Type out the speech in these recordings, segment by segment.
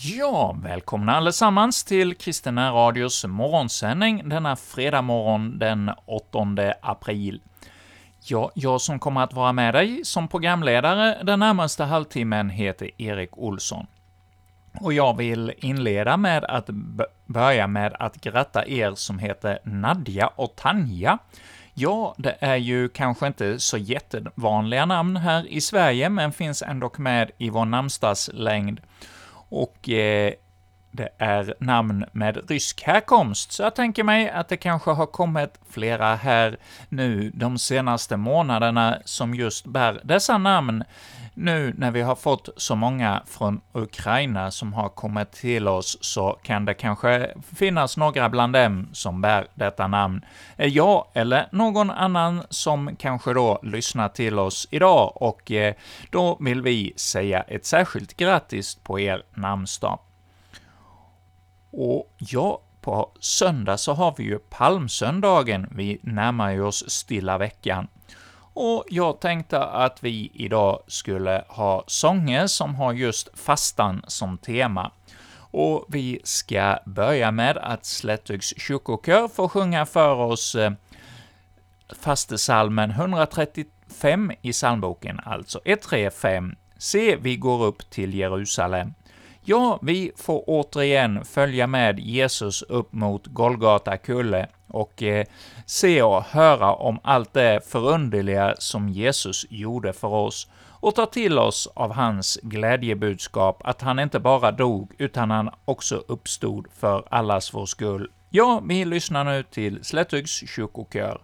Ja, välkomna allesammans till Kristina Radios morgonsändning denna fredag morgon den 8 april. Ja, jag som kommer att vara med dig som programledare den närmaste halvtimmen heter Erik Olsson. Och jag vill inleda med att börja med att gratta er som heter Nadja och Tanja. Ja, det är ju kanske inte så jättevanliga namn här i Sverige, men finns ändå med i vår namnsdagslängd. Och det är namn med rysk härkomst, så jag tänker mig att det kanske har kommit flera här nu de senaste månaderna som just bär dessa namn, nu när vi har fått så många från Ukraina som har kommit till oss, så kan det kanske finnas några bland dem som bär detta namn. Jag eller någon annan som kanske då lyssnar till oss idag, och då vill vi säga ett särskilt grattis på er namnsdag. Och ja, på söndag så har vi ju palmsöndagen, vi närmar ju oss stilla veckan. Och jag tänkte att vi idag skulle ha sånger som har just fastan som tema. Och vi ska börja med att Slättöks kyrkokör får sjunga för oss fastesalmen 135 i psalmboken, alltså 135. Se, vi går upp till Jerusalem. Ja, vi får återigen följa med Jesus upp mot Golgata kulle och se och höra om allt det förunderliga som Jesus gjorde för oss och ta till oss av hans glädjebudskap att han inte bara dog utan han också uppstod för allas vår skull. Ja, vi lyssnar nu till Slättöks kyrkokör.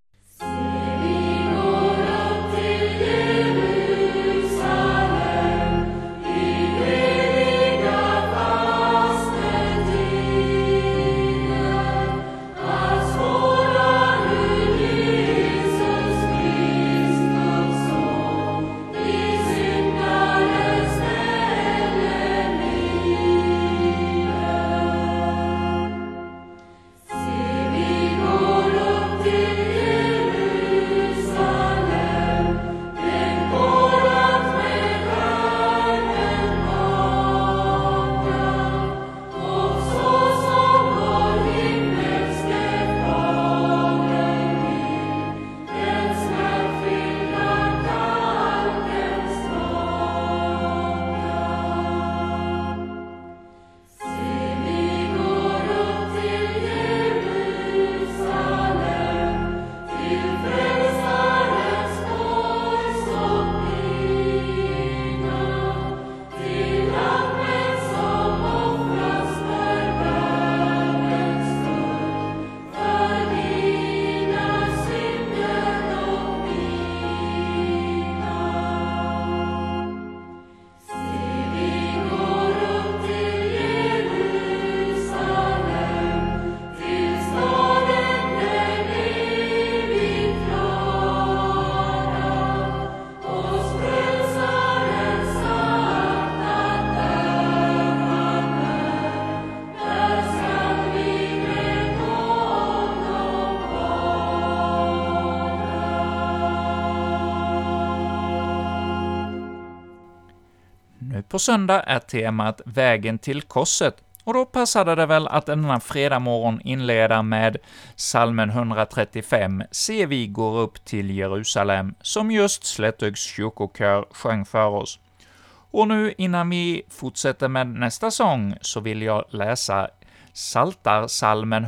På söndag är temat vägen till korset, och då passade det väl att denna fredag morgon inleda med psalmen 135, Se vi går upp till Jerusalem, som just Slättöks kyrkokör sjöng för oss. Och nu innan vi fortsätter med nästa sång så vill jag läsa Psaltarpsalmen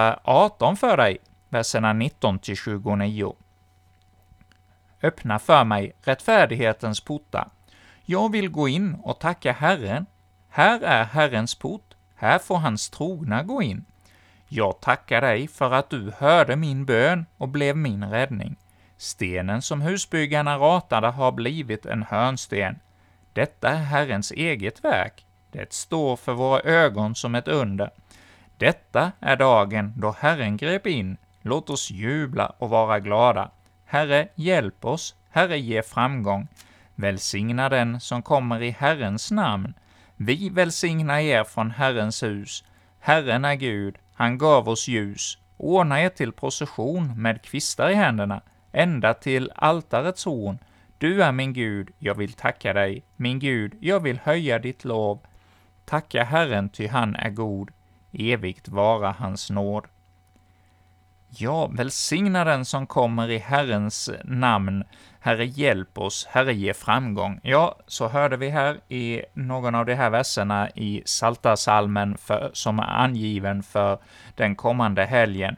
118 för dig, verserna 19-29. Öppna för mig rättfärdighetens portar. Jag vill gå in och tacka Herren. Här är Herrens port, här får hans trogna gå in. Jag tackar dig för att du hörde min bön och blev min räddning. Stenen som husbyggarna ratade har blivit en hörnsten. Detta är Herrens eget verk. Det står för våra ögon som ett under. Detta är dagen då Herren grep in. Låt oss jubla och vara glada. Herre, hjälp oss. Herre, ge framgång. Välsigna den som kommer i Herrens namn. Vi välsigna er från Herrens hus. Herren är Gud, han gav oss ljus. Ordna er till procession med kvistar i händerna, ända till altarets horn. Du är min Gud, jag vill tacka dig. Min Gud, jag vill höja ditt lov. Tacka Herren, ty han är god, evigt vara hans nåd. Ja, välsigna den som kommer i Herrens namn. Herre, hjälp oss, Herre, ge framgång. Ja, så hörde vi här i någon av de här verserna i Psaltarpsalmen som är angiven för den kommande helgen.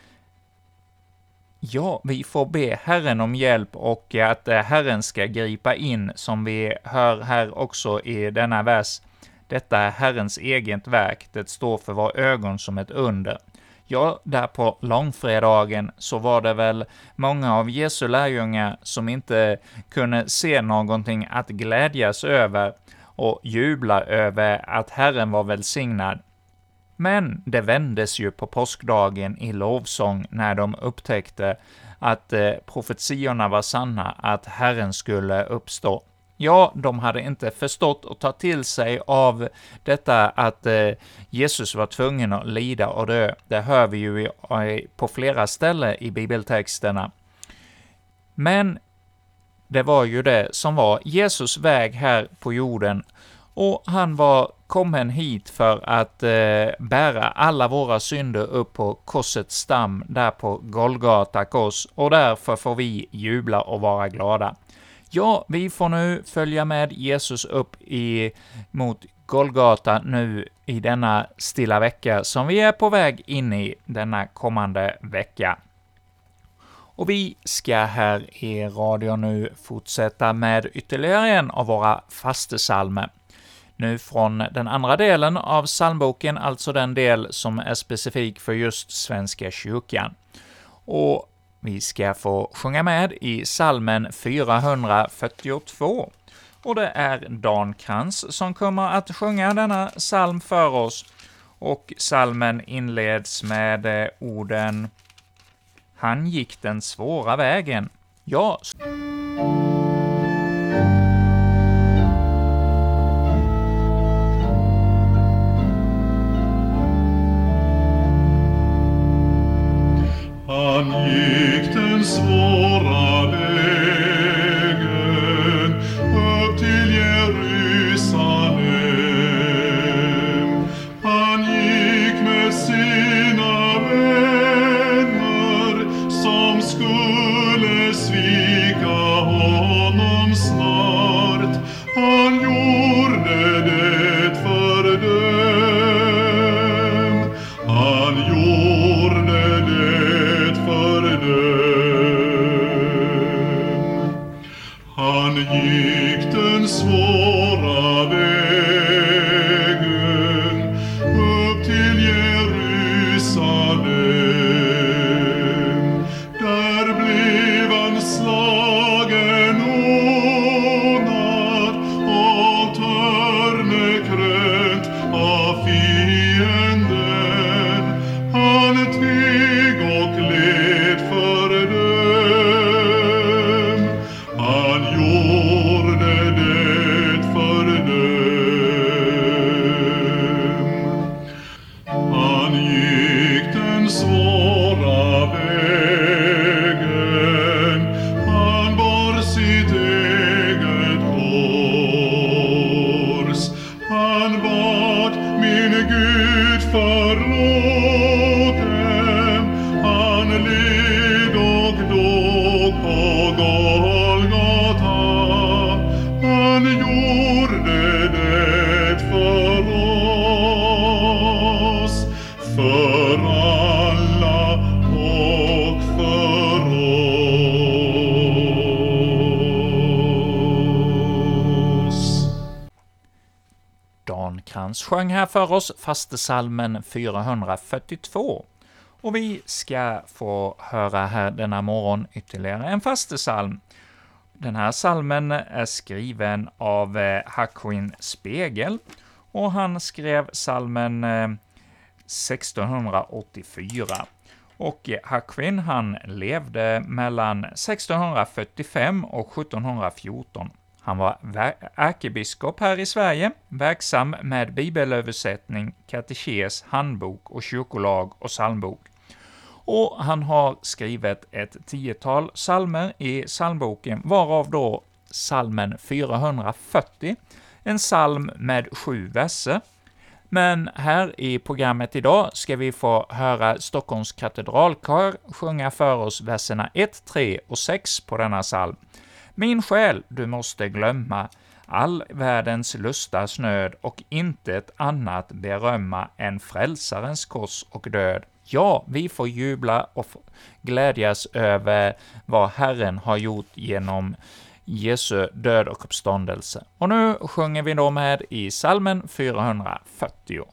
Ja, vi får be Herren om hjälp och att Herren ska gripa in, som vi hör här också i denna vers. Detta är Herrens eget verk, det står för våra ögon som ett under. Ja, där på långfredagen så var det väl många av Jesu lärjungar som inte kunde se någonting att glädjas över och jubla över att Herren var välsignad. Men det vändes ju på påskdagen i lovsång när de upptäckte att profetiorna var sanna, att Herren skulle uppstå. Ja, de hade inte förstått och ta till sig av detta att Jesus var tvungen att lida och dö. Det hör vi ju på flera ställen i bibeltexterna. Men det var ju det som var Jesus väg här på jorden, och han var kommen hit för att bära alla våra synder upp på korsets stam, där på Golgata kors, och därför får vi jubla och vara glada. Ja, vi får nu följa med Jesus upp mot Golgata nu i denna stilla vecka som vi är på väg in i denna kommande vecka. Och vi ska här i radio nu fortsätta med ytterligare en av våra fastesalmer. Nu från den andra delen av psalmboken, alltså den del som är specifik för just Svenska kyrkan. Och vi ska få sjunga med i psalmen 442. Och det är Dan Krantz som kommer att sjunga denna psalm för oss. Och psalmen inleds med orden: Han gick den svåra vägen. Ja. Han gick den svåra vägen upp till Jerusalem. Han gick med sina vänner som skulle svika honom snart. Han gjorde det för dem. Han gjorde det för dem. Han gick den svåra vägen upp till Jerusalem. Där blev han slagen hånad och törnekrönt av fienden. Han teg och led för dem. Han gjorde det för dem. Han gick den svåra vägen. Han bar sitt eget kors. Han bad: min Gud, förlåt dem. Han led och dog på Golgata. Han gjorde det för oss, för alla och för oss. Dan Krantz sjöng här för oss fastesalmen 442. Och vi ska få höra här denna morgon ytterligare en fastesalm. Den här salmen är skriven av Hakuin Spegel, och han skrev salmen 1684. Och Hakuin, han levde mellan 1645 och 1714. Han var ärkebiskop här i Sverige, verksam med bibelöversättning, katekes, handbok och kyrkolag och psalmbok. Och han har skrivit ett 10-tal psalmer i psalmboken, varav då psalmen 440, en psalm med 7 verser, Men här i programmet idag ska vi få höra Stockholms katedralkör sjunga för oss verserna 1, 3 och 6 på denna psalm. Min själ, du måste glömma all världens lustars nöd och inte ett annat berömma än frälsarens kors och död. Ja, vi får jubla och glädjas över vad Herren har gjort genom Jesu död och uppståndelse. Och nu sjunger vi då med i psalmen 440.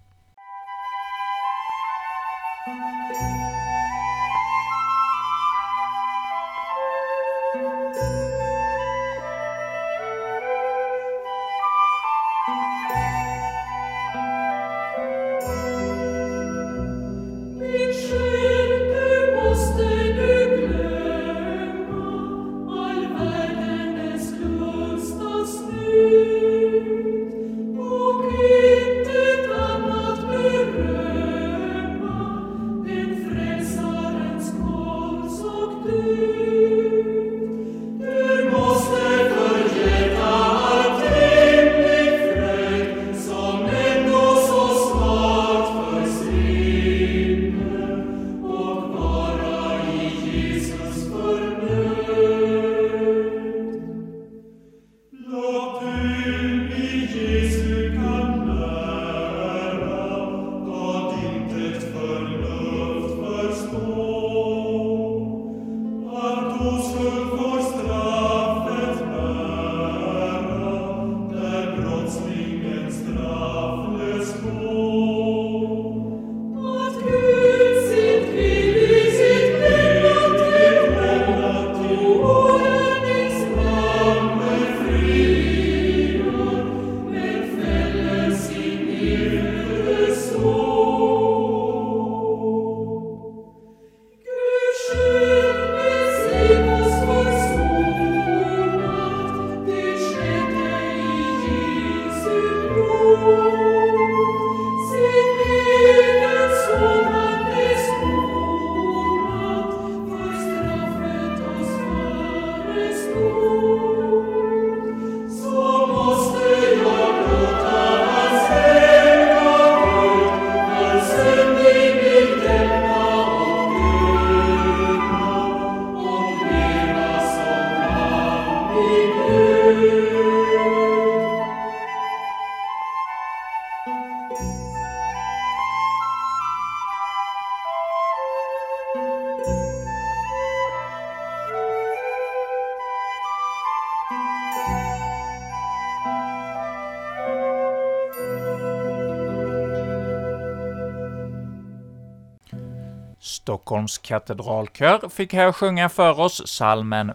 Stockholms katedralkör fick här sjunga för oss psalmen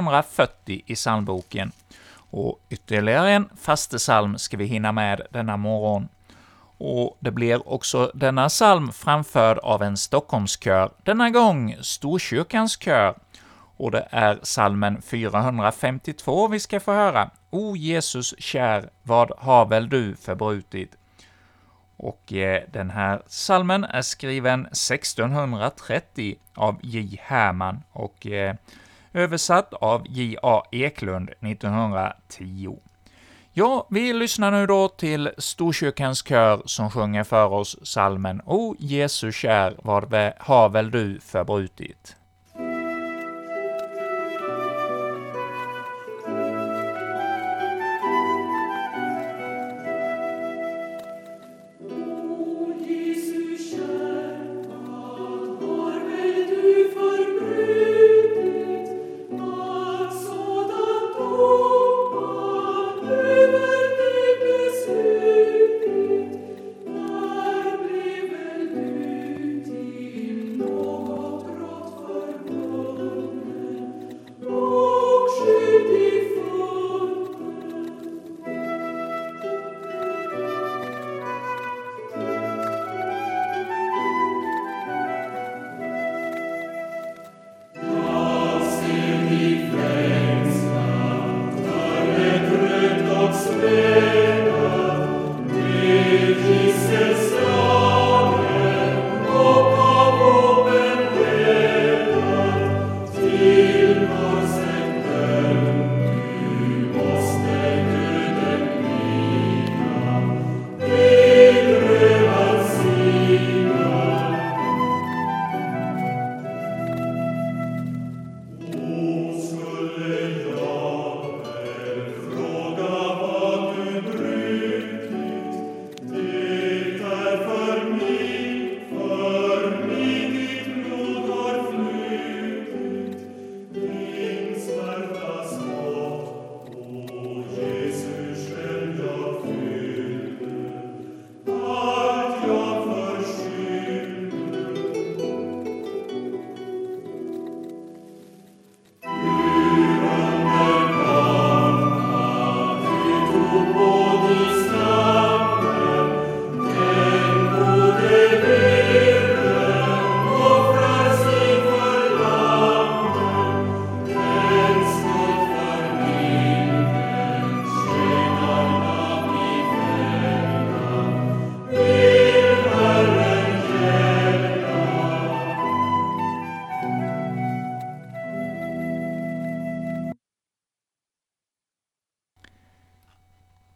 440 i psalmboken. Och ytterligare en fastepsalm ska vi hinna med denna morgon. Och det blir också denna psalm framförd av en Stockholmskör, denna gång Storkyrkans kör. Och det är psalmen 452 vi ska få höra. O Jesus kär, vad har väl du förbrutit? Och den här psalmen är skriven 1630 av J. Herman och översatt av J.A. Eklund 1910. Ja, vi lyssnar nu då till Storkyrkans kör som sjunger för oss psalmen O Jesu kär, vad har väl du förbrutit? Något brott för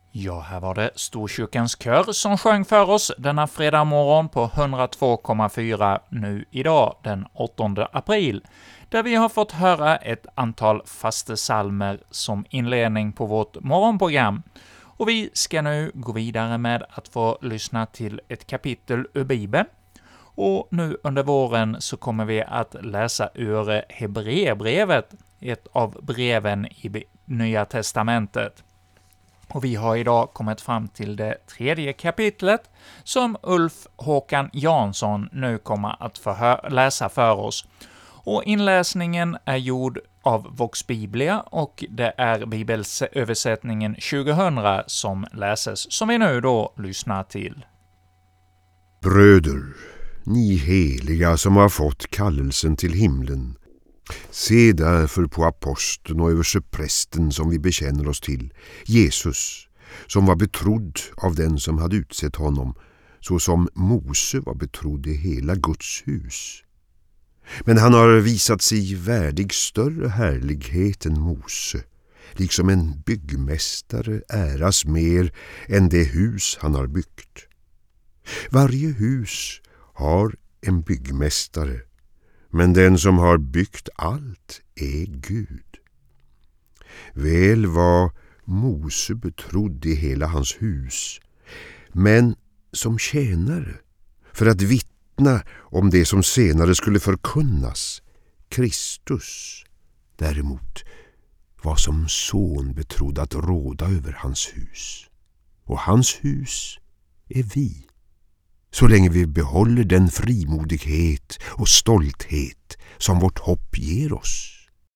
Ja, här var det Storkyrkans kör som sjöng för oss denna fredag morgon på 102,4 nu idag, den 8 april, där vi har fått höra ett antal fastesalmer som inledning på vårt morgonprogram. Och vi ska nu gå vidare med att få lyssna till ett kapitel ur Bibeln. Och nu under våren så kommer vi att läsa ur Hebreerbrevet, ett av breven i Nya testamentet. Och vi har idag kommit fram till det 3:e kapitlet, som Ulf Håkan Jansson nu kommer att få läsa för oss. Och inläsningen är gjord av Vox Biblia, och det är bibelöversättningen 2000 som läses, som vi nu då lyssnar till. Bröder, ni heliga som har fått kallelsen till himlen, se därför på aposteln och översteprästen som vi bekänner oss till, Jesus, som var betrodd av den som hade utsett honom, så som Mose var betrodd i hela Guds hus. Men han har visat sig värdig större härlighet än Mose, liksom en byggmästare äras mer än det hus han har byggt. Varje hus har en byggmästare, men den som har byggt allt är Gud. Väl var Mose betrodd i hela hans hus, men som tjänare, för att vittna om det som senare skulle förkunnas. Kristus däremot var som son betrodd att råda över hans hus. Och hans hus är vi, så länge vi behåller den frimodighet och stolthet som vårt hopp ger oss.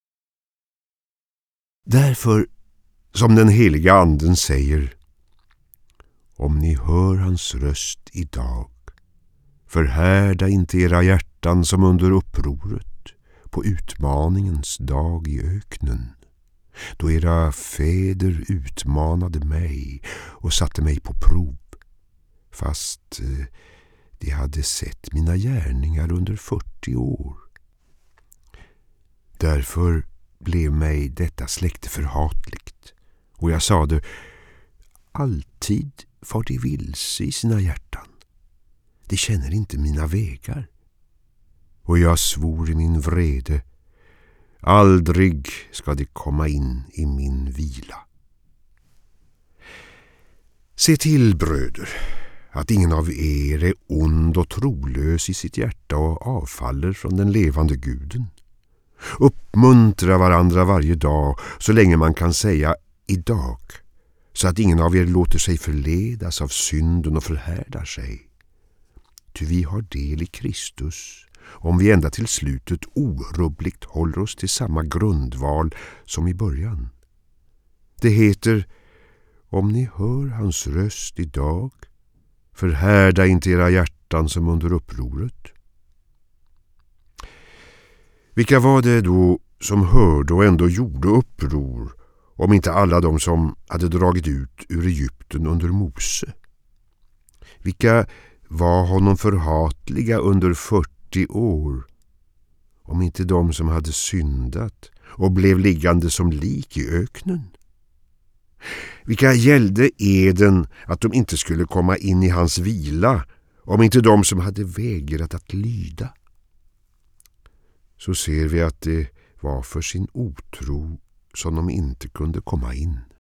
Därför, som den heliga anden säger, om ni hör hans röst idag, förhärda inte era hjärtan som under upproret på utmaningens dag i öknen, då era fäder utmanade mig och satte mig på prov, fast de hade sett mina gärningar under 40 år. Därför blev mig detta släkte förhatligt, och jag sade, alltid far de vilse i sina hjärtan. De känner inte mina vägar. Och jag svor i min vrede, aldrig ska de komma in i min vila. Se till, bröder, att ingen av er är ond och trolös i sitt hjärta och avfaller från den levande guden. Uppmuntra varandra varje dag så länge man kan säga idag, så att ingen av er låter sig förledas av synden och förhärdar sig. Ty vi har del i Kristus, om vi ända till slutet orubbligt håller oss till samma grundval som i början. Det heter, om ni hör hans röst idag, förhärda inte era hjärtan som under upproret. Vilka var det då som hörde och ändå gjorde uppror, om inte alla de som hade dragit ut ur Egypten under Mose? Vilka var honom förhatliga under 40 år, om inte de som hade syndat och blev liggande som lik i öknen? Vilka gällde eden att de inte skulle komma in i hans vila, om inte de som hade vägrat att lyda? Så ser vi att det var för sin otro som de inte kunde komma in.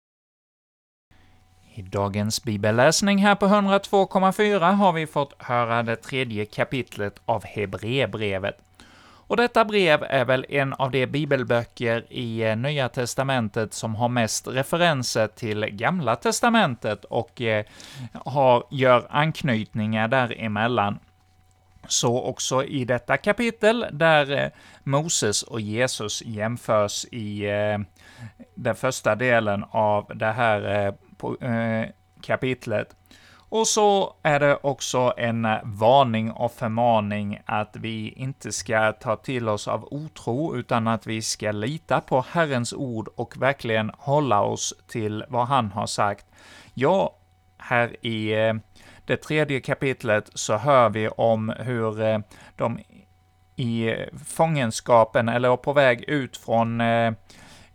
I dagens bibelläsning här på 102,4 har vi fått höra det 3:e kapitlet av Hebreerbrevet. Och detta brev är väl en av de bibelböcker i Nya testamentet som har mest referenser till Gamla testamentet och gör anknytningar däremellan. Så också i detta kapitel där Moses och Jesus jämförs i den första delen av det här kapitlet. Och så är det också en varning och förmaning att vi inte ska ta till oss av otro, utan att vi ska lita på Herrens ord och verkligen hålla oss till vad han har sagt. Ja, här i det 3:e kapitlet så hör vi om hur de i fångenskapen, eller på väg ut från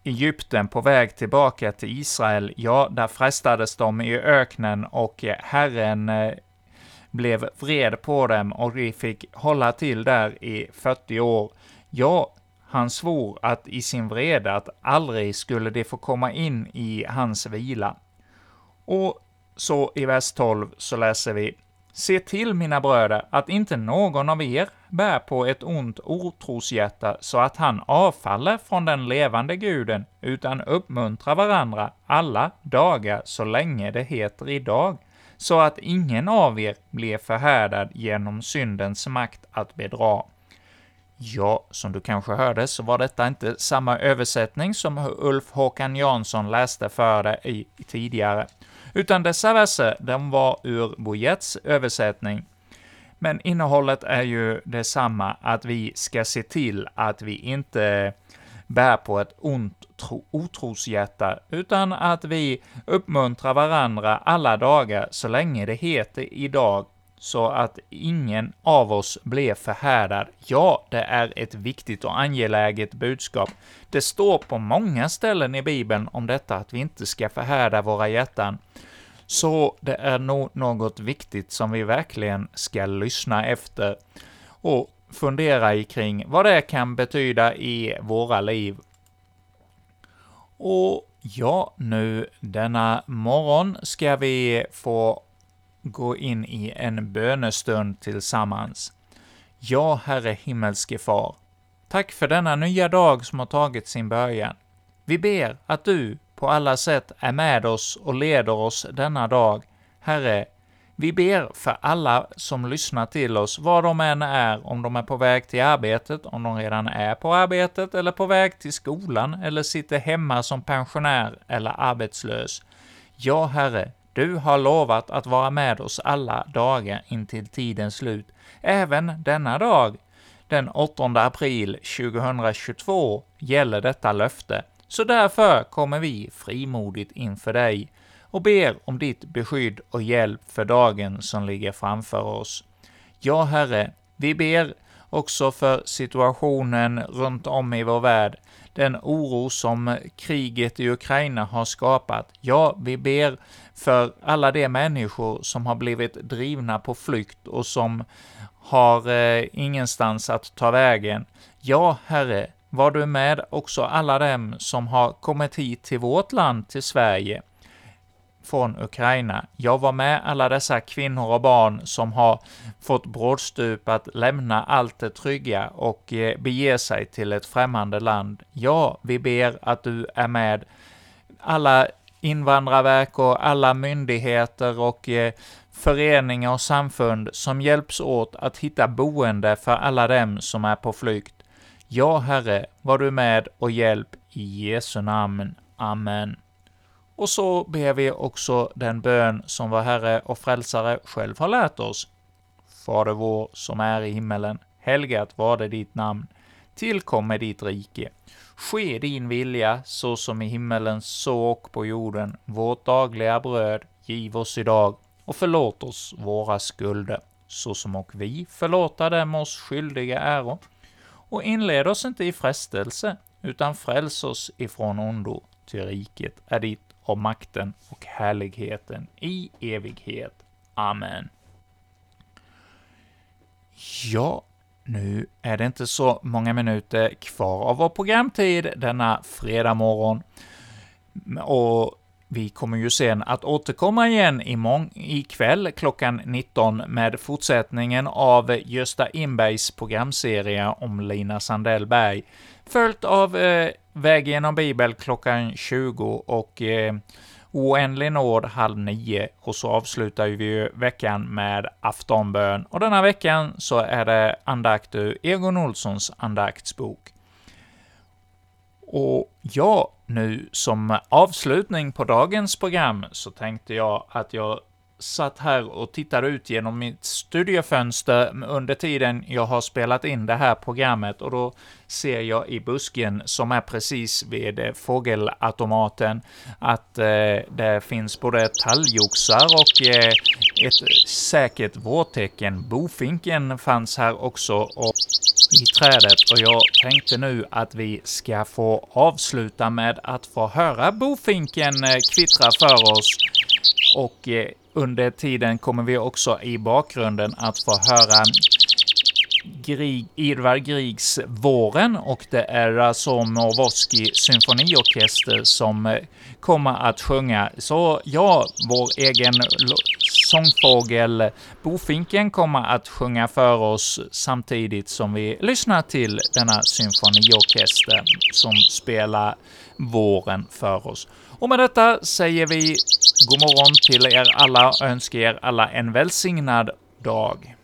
Egypten på väg tillbaka till Israel, ja, där frestades de i öknen och Herren blev vred på dem och de fick hålla till där i 40 år. Ja, han svor att i sin vrede att aldrig skulle de få komma in i hans vila. Och så i vers 12 så läser vi: Se till, mina bröder, att inte någon av er bär på ett ont otroshjärta så att han avfaller från den levande guden, utan uppmuntrar varandra alla dagar så länge det heter idag, så att ingen av er blir förhärdad genom syndens makt att bedra. Ja, som du kanske hörde så var detta inte samma översättning som Ulf Håkan Jansson läste för dig tidigare, utan dessa verser, de var ur Bojets översättning. Men innehållet är ju detsamma, att vi ska se till att vi inte bär på ett ont otroshjärta, utan att vi uppmuntrar varandra alla dagar så länge det heter idag, så att ingen av oss blir förhärdad. Ja, det är ett viktigt och angeläget budskap. Det står på många ställen i Bibeln om detta, att vi inte ska förhärda våra hjärtan. Så det är nog något viktigt som vi verkligen ska lyssna efter och fundera kring vad det kan betyda i våra liv. Och ja, nu denna morgon ska vi få gå in i en bönestund tillsammans. Ja, Herre himmelske Far, tack för denna nya dag som har tagit sin början. Vi ber att du på alla sätt är med oss och leder oss denna dag. Herre, vi ber för alla som lyssnar till oss, var de än är, om de är på väg till arbetet, om de redan är på arbetet, eller på väg till skolan, eller sitter hemma som pensionär eller arbetslös. Ja, Herre, du har lovat att vara med oss alla dagar intill tidens slut. Även denna dag, den 8 april 2022, gäller detta löfte. Så därför kommer vi frimodigt inför dig och ber om ditt beskydd och hjälp för dagen som ligger framför oss. Ja, Herre, vi ber också för situationen runt om i vår värld, den oro som kriget i Ukraina har skapat. Ja, vi ber för alla de människor som har blivit drivna på flykt och som har ingenstans att ta vägen. Ja, Herre, var du med också alla dem som har kommit hit till vårt land, till Sverige, från Ukraina. Jag var med alla dessa kvinnor och barn som har fått brådstup att lämna allt det trygga och bege sig till ett främmande land. Ja, vi ber att du är med alla invandrarverk och alla myndigheter och föreningar och samfund som hjälps åt att hitta boende för alla dem som är på flykt. Ja, Herre, var du med och hjälp i Jesu namn. Amen. Och så ber vi också den bön som vår Herre och Frälsare själv har lärt oss. Fader vår som är i himmelen, helgat var det ditt namn. Tillkommer ditt rike. Ske din vilja så som i himmelen så och på jorden. Vårt dagliga bröd giv oss idag och förlåt oss våra skulder, så som och vi förlåta dem oss skyldiga äro. Och inled oss inte i frestelse, utan fräls oss ifrån ondo, till riket är ditt och makten och härligheten i evighet. Amen. Ja, nu är det inte så många minuter kvar av vår programtid denna fredag morgon. Och vi kommer ju sen att återkomma igen ikväll klockan 19 med fortsättningen av Gösta Inbergs programserie om Lina Sandellberg, följt av Väg genom Bibel klockan 20 och Oändlig nåd 8:30, och så avslutar vi veckan med aftonbön. Och denna veckan så är det andakt ur Egon Olssons andaktsbok. Och ja, nu som avslutning på dagens program så tänkte jag att jag satt här och tittade ut genom mitt studiofönster under tiden jag har spelat in det här programmet, och då ser jag i busken som är precis vid fågelautomaten att det finns både talgoxar och ett säkert vårtecken. Bofinken fanns här också och i trädet, och jag tänkte nu att vi ska få avsluta med att få höra bofinken kvittra för oss, och under tiden kommer vi också i bakgrunden att få höra Edvard Griegs Våren, och det är Razumowski symfoniorkester som kommer att sjunga. Så ja, vår egen sångfågel bofinken kommer att sjunga för oss samtidigt som vi lyssnar till denna symfoniorkester som spelar Våren för oss. Och med detta säger vi god morgon till er alla och önskar er alla en välsignad dag.